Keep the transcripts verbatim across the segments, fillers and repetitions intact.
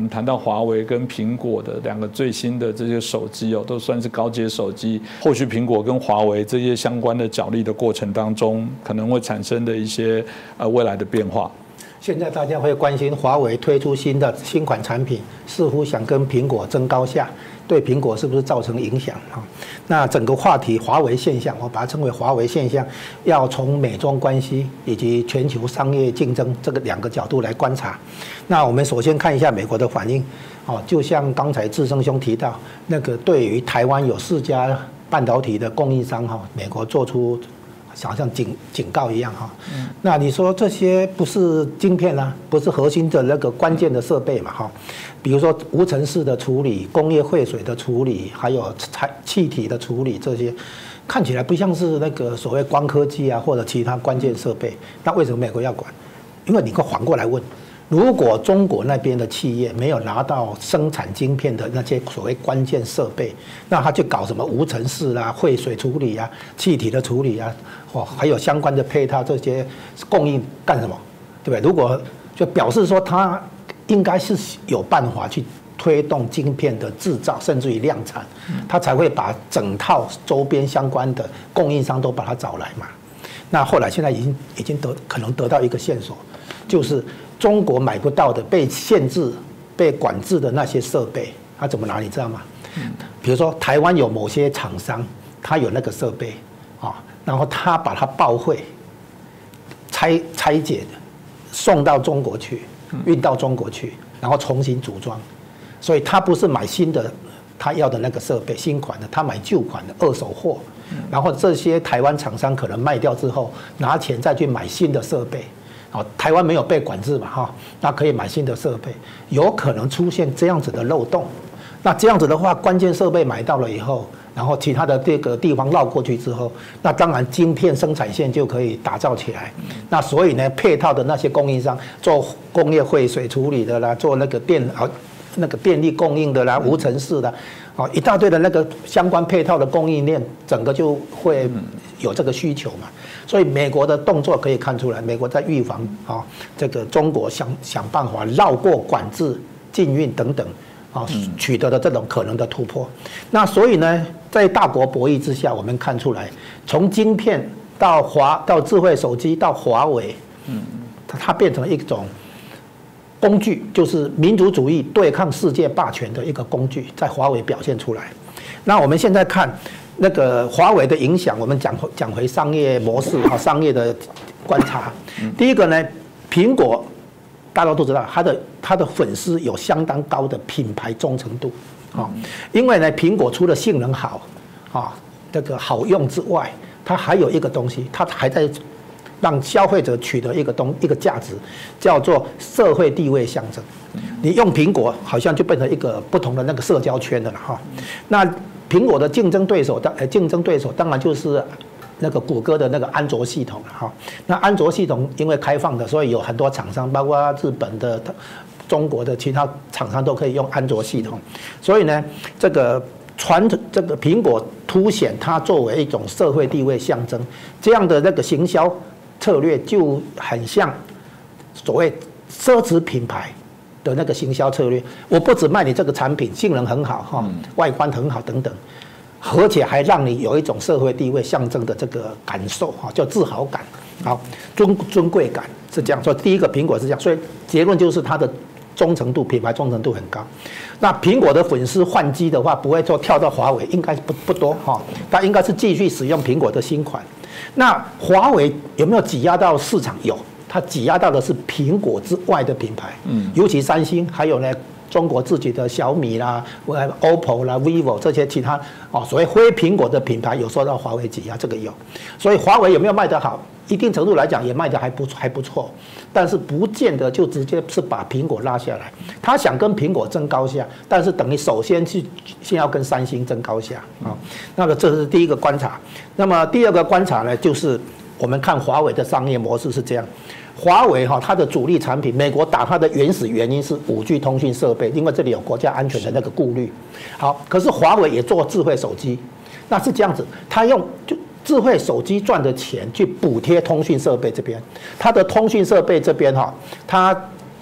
们谈到华为跟苹果的两个最新的这些手机哦，都算是高阶手机。后续苹果跟华为这些相关的角力的过程当中，可能会产生的一些呃未来的变化。 现在大家会关心华为推出新的新款产品，似乎想跟苹果争高下，对苹果是不是造成影响啊？那整个话题华为现象，我把它称为华为现象，要从美中关系以及全球商业竞争这个两个角度来观察。那我们首先看一下美国的反应，哦，就像刚才志生兄提到，那个对于台湾有四家半导体的供应商哈，美国做出好像警警告一样哈，嗯、那你说这些不是晶片啊，不是核心的那个关键的设备嘛哈？比如说无尘室的处理、工业废水的处理，还有气气体的处理，这些看起来不像是那个所谓光科技啊或者其他关键设备。那为什么美国要管？因为你可反过来问。如果中国那边的企业没有拿到生产晶片的那些所谓关键设备，那他去搞什么无尘室啦、废水处理啊、气体的处理啊，哦，还有相关的配套这些供应干什么？对不对？如果就表示说他应该是有办法去推动晶片的制造，甚至于量产，他才会把整套周边相关的供应商都把它找来嘛。那后来现在已经已经得可能得到一个线索，就是中国买不到的、被限制、被管制的那些设备，他怎么拿？你知道吗？比如说台湾有某些厂商，他有那个设备啊，然后他把它报废、拆拆解的，送到中国去，运到中国去，然后重新组装。所以他不是买新的，他要的那个设备新款的，他买旧款的二手货。然后这些台湾厂商可能卖掉之后，拿钱再去买新的设备。哦，台湾没有被管制嘛，哈，那可以买新的设备，有可能出现这样子的漏洞。那这样子的话，关键设备买到了以后，然后其他的这个地方绕过去之后，那当然晶片生产线就可以打造起来。那所以呢，配套的那些供应商做工业废水处理的啦，做那个电啊那个电力供应的啦，无尘室的。哦，一大堆的那个相关配套的供应链，整个就会有这个需求嘛。所以美国的动作可以看出来，美国在预防啊，这个中国想想办法绕过管制、禁运等等啊，取得的这种可能的突破。那所以呢，在大国博弈之下，我们看出来，从晶片到华到智慧手机到华为，嗯，它它变成一种工具，就是民族主义对抗世界霸权的一个工具，在华为表现出来。那我们现在看那个华为的影响，我们讲讲回商业模式和商业的观察。第一个呢，苹果大家都知道，它的它的粉丝有相当高的品牌忠诚度啊，因为呢，苹果除了性能好啊，这个好用之外，它还有一个东西，它还在让消费者取得一个东一个价值，叫做社会地位象征。你用苹果，好像就变成一个不同的那个社交圈的了哈。那苹果的竞争对手，当呃竞争对手当然就是那个谷歌的那个安卓系统了哈。那安卓系统因为开放的，所以有很多厂商，包括日本的、中国的其他厂商都可以用安卓系统。所以呢，这个传这个苹果凸显它作为一种社会地位象征，这样的那个行销策略就很像所谓奢侈品牌的那个行销策略。我不只卖你这个产品，性能很好哈，外观很好等等，而且还让你有一种社会地位象征的这个感受哈，叫自豪感，好尊尊贵感是这样。所以第一个苹果是这样，所以结论就是它的忠诚度、品牌忠诚度很高。那苹果的粉丝换机的话，不会说跳到华为，应该不不多哈，它应该是继续使用苹果的新款。那华为有没有挤压到市场？有，它挤压到的是苹果之外的品牌，嗯，尤其三星，还有呢中国自己的小米啦、O P P O 啦、vivo 这些其他哦，所谓非苹果的品牌有受到华为挤压，这个有。所以华为有没有卖得好？一定程度来讲也卖得还不还不错，但是不见得就直接是把苹果拉下来。他想跟苹果争高下，但是等于首先去先要跟三星争高下啊。那个这是第一个观察。那么第二个观察呢，就是我们看华为的商业模式是这样。华为哈，它的主力产品，美国打它的原始原因是五 G 通讯设备，因为这里有国家安全的那个顾虑。好，可是华为也做智慧手机，那是这样子，它用就。智慧手机赚的钱去补贴通讯设备这边，它的通讯设备这边哈，它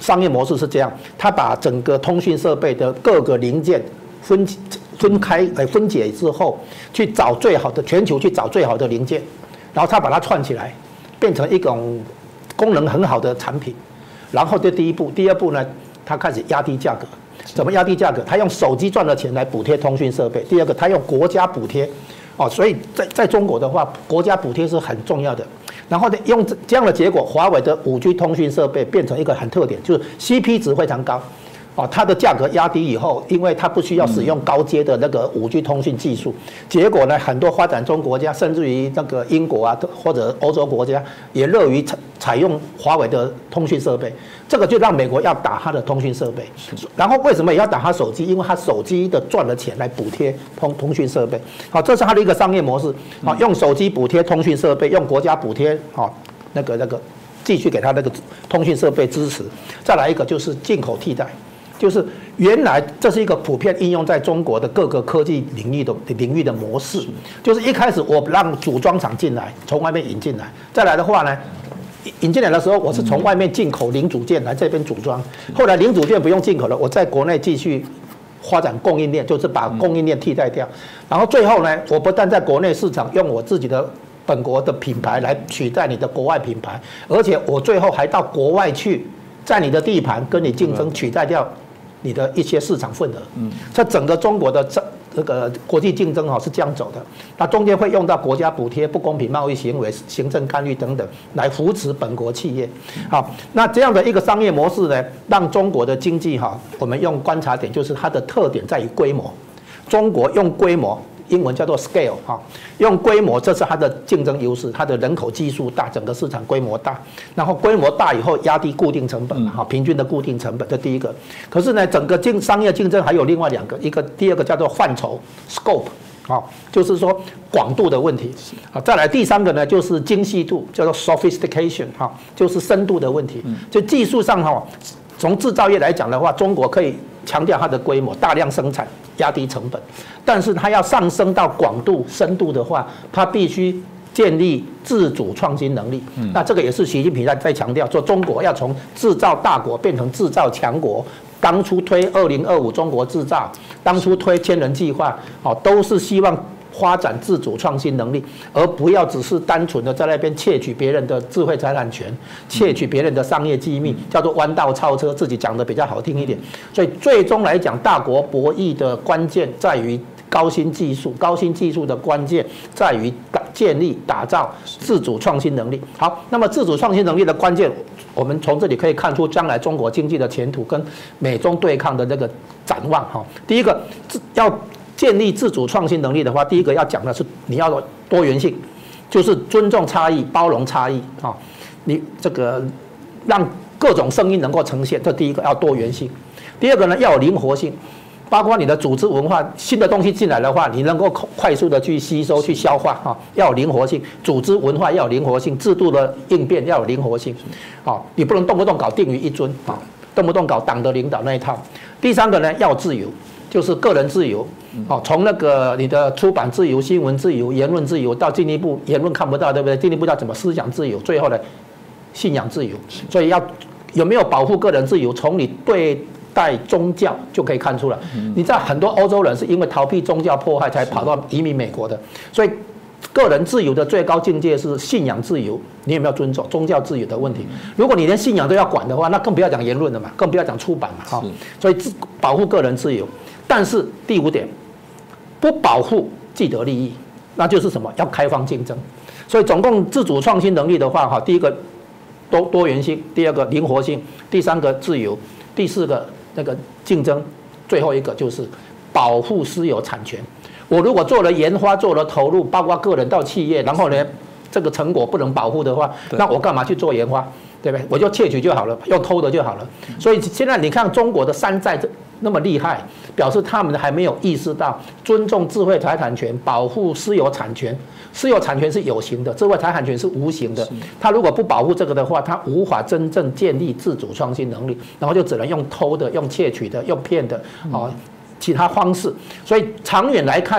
商业模式是这样，它把整个通讯设备的各个零件分分开呃分解之后，去找最好的全球去找最好的零件，然后它把它串起来，变成一种功能很好的产品。然后这第一步，第二步呢，它开始压低价格。怎么压低价格？它用手机赚的钱来补贴通讯设备。第二个，它用国家补贴，哦，所以在在中国的话，国家补贴是很重要的。然后呢，用这样的结果，华为的五 G 通讯设备变成一个很特点，就是 C P 值非常高。哦，它的价格压低以后，因为它不需要使用高阶的那个五 G 通讯技术，结果呢，很多发展中国家，甚至于那个英国啊或者欧洲国家，也乐于采采用华为的通讯设备。这个就让美国要打它的通讯设备。然后为什么也要打它手机？因为它手机的赚的钱来补贴通通讯设备。好，这是它的一个商业模式。好，用手机补贴通讯设备，用国家补贴，好，那个那个继续给它那个通讯设备支持。再来一个就是进口替代。就是原来这是一个普遍应用在中国的各个科技领域的领域的模式，就是一开始我让组装厂进来，从外面引进来，再来的话呢，引进来的时候我是从外面进口零组件来这边组装，后来零组件不用进口了，我在国内继续发展供应链，就是把供应链替代掉，然后最后呢，我不但在国内市场用我自己的本国的品牌来取代你的国外品牌，而且我最后还到国外去，在你的地盘跟你竞争，取代掉你的一些市场份额。嗯，这整个中国的这这个国际竞争哈是这样走的，那中间会用到国家补贴、不公平贸易行为、行政干预等等来扶持本国企业。好，那这样的一个商业模式呢，让中国的经济哈，我们用观察点就是它的特点在于规模，中国用规模。英文叫做 scale 哈，用规模，这是它的竞争优势，它的人口基数大，整个市场规模大，然后规模大以后压低固定成本哈，平均的固定成本，这第一个。可是呢，整个竞商业竞争还有另外两个，一个第二个叫做范畴 scope 啊，就是说广度的问题啊，再来第三个呢就是精细度，叫做 sophistication 哈，就是深度的问题。就技术上哈，从制造业来讲的话，中国可以强调它的规模，大量生产，压低成本。但是它要上升到广度、深度的话，它必须建立自主创新能力。嗯、那这个也是习近平在在强调，说中国要从制造大国变成制造强国。当初推二零二五中国制造，当初推千人计划，哦，都是希望发展自主创新能力，而不要只是单纯的在那边窃取别人的智慧财产权，窃取别人的商业机密，叫做弯道超车。自己讲的比较好听一点。所以最终来讲，大国博弈的关键在于高新技术，高新技术的关键在于建立、打造自主创新能力。好，那么自主创新能力的关键，我们从这里可以看出将来中国经济的前途跟美中对抗的这个展望。哈，第一个要建立自主创新能力的话，第一个要讲的是你要多元性，就是尊重差异、包容差异。哈，你这个让各种声音能够呈现，这第一个要多元性。第二个呢，要有灵活性。包括你的组织文化，新的东西进来的话，你能够快速的去吸收、去消化哈，要有灵活性。组织文化要有灵活性，制度的应变要有灵活性，啊，你不能动不动搞定于一尊啊，动不动搞党的领导那一套。第三个呢，要自由，就是个人自由，哦，从那个你的出版自由、新闻自由、言论自由，到进一步言论看不到，对不对？进一步到怎么思想自由，最后呢，信仰自由。所以要有没有保护个人自由，从你对待宗教就可以看出来。你知道很多欧洲人是因为逃避宗教迫害才跑到移民美国的，所以个人自由的最高境界是信仰自由。你有没有遵守宗教自由的问题？如果你连信仰都要管的话，那更不要讲言论了嘛，更不要讲出版嘛，哈。所以保护个人自由，但是第五点，不保护既得利益，那就是什么？要开放竞争。所以总共自主创新能力的话，哈，第一个多多元性，第二个灵活性，第三个自由，第四个那个竞争，最后一个就是保护私有产权。我如果做了研发，做了投入，包括个人到企业，然后呢，这个成果不能保护的话，那我干嘛去做研发？对不对？我就窃取就好了，用偷的就好了。所以现在你看中国的山寨那么厉害，表示他们还没有意识到尊重智慧财产权，保护私有产权。私有产权是有形的，智慧财产权是无形的。他如果不保护这个的话，他无法真正建立自主创新能力，然后就只能用偷的、用窃取的、用骗的啊、哦、其他方式。所以长远来看，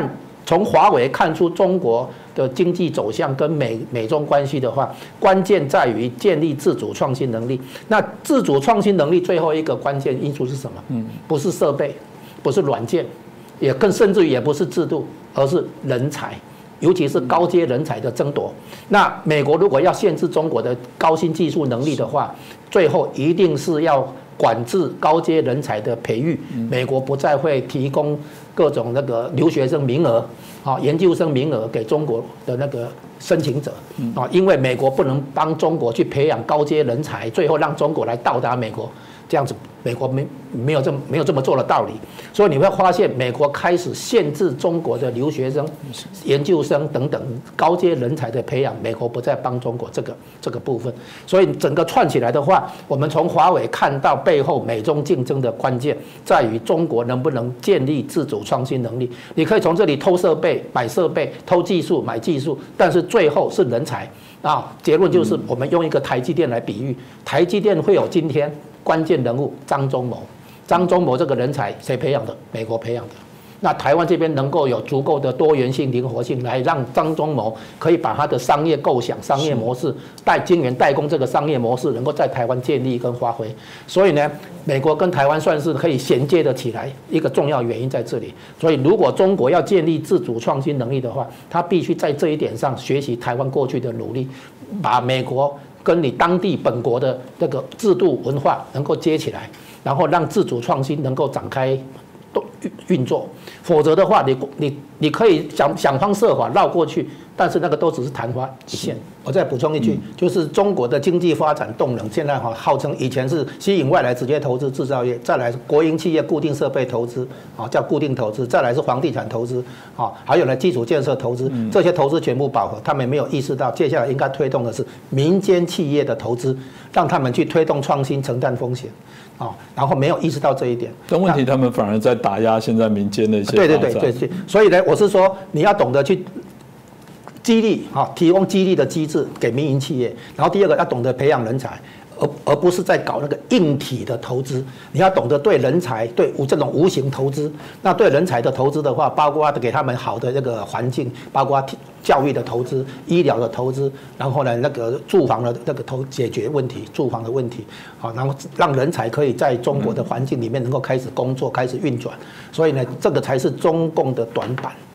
从华为看出中国的经济走向跟美美中关系的话，关键在于建立自主创新能力。那自主创新能力最后一个关键因素是什么？嗯，不是设备，不是软件，也更甚至于也不是制度，而是人才。尤其是高阶人才的争夺。那美国如果要限制中国的高新技术能力的话，最后一定是要管制高阶人才的培育。美国不再会提供各种那个留学生名额、啊研究生名额给中国的那个申请者啊，因为美国不能帮中国去培养高阶人才，最后让中国来到达美国。这样子，美国没没有这么没有这么做的道理，所以你会发现，美国开始限制中国的留学生、研究生等等高阶人才的培养，美国不再帮中国这个这个部分。所以整个串起来的话，我们从华为看到背后美中竞争的关键在于中国能不能建立自主创新能力。你可以从这里偷设备、买设备、偷技术、买技术，但是最后是人才啊。结论就是，我们用一个台积电来比喻，台积电会有今天。关键人物张忠谋，张忠谋这个人才谁培养的？美国培养的。那台湾这边能够有足够的多元性、灵活性，来让张忠谋可以把他的商业构想、商业模式、代晶圆代工这个商业模式，能够在台湾建立跟发挥。所以呢，美国跟台湾算是可以衔接的起来，一个重要原因在这里。所以，如果中国要建立自主创新能力的话，它必须在这一点上学习台湾过去的努力，把美国跟你当地本国的这个制度文化能够接起来，然后让自主创新能够展开运作，否则的话，你你你可以想想方设法绕过去，但是那个都只是昙花一现。我再补充一句，嗯、就是中国的经济发展动能，现在哈号称以前是吸引外来直接投资制造业，再来是国营企业固定设备投资啊，叫固定投资，再来是房地产投资啊，还有呢基础建设投资，这些投资全部饱和，他们没有意识到接下来应该推动的是民间企业的投资，让他们去推动创新，承担风险。啊，然后没有意识到这一点， 但问题他们反而在打压现在民间的一些对对对对对，所以呢，我是说你要懂得去激励啊，提供激励的机制给民营企业，然后第二个要懂得培养人才。而而不是在搞那个硬体的投资，你要懂得对人才、对这种无形投资。那对人才的投资的话，包括给他们好的这个环境，包括教育的投资、医疗的投资，然后呢，那个住房的那个投解决问题，住房的问题，好，然后让人才可以在中国的环境里面能够开始工作、开始运转。所以呢，这个才是中共的短板。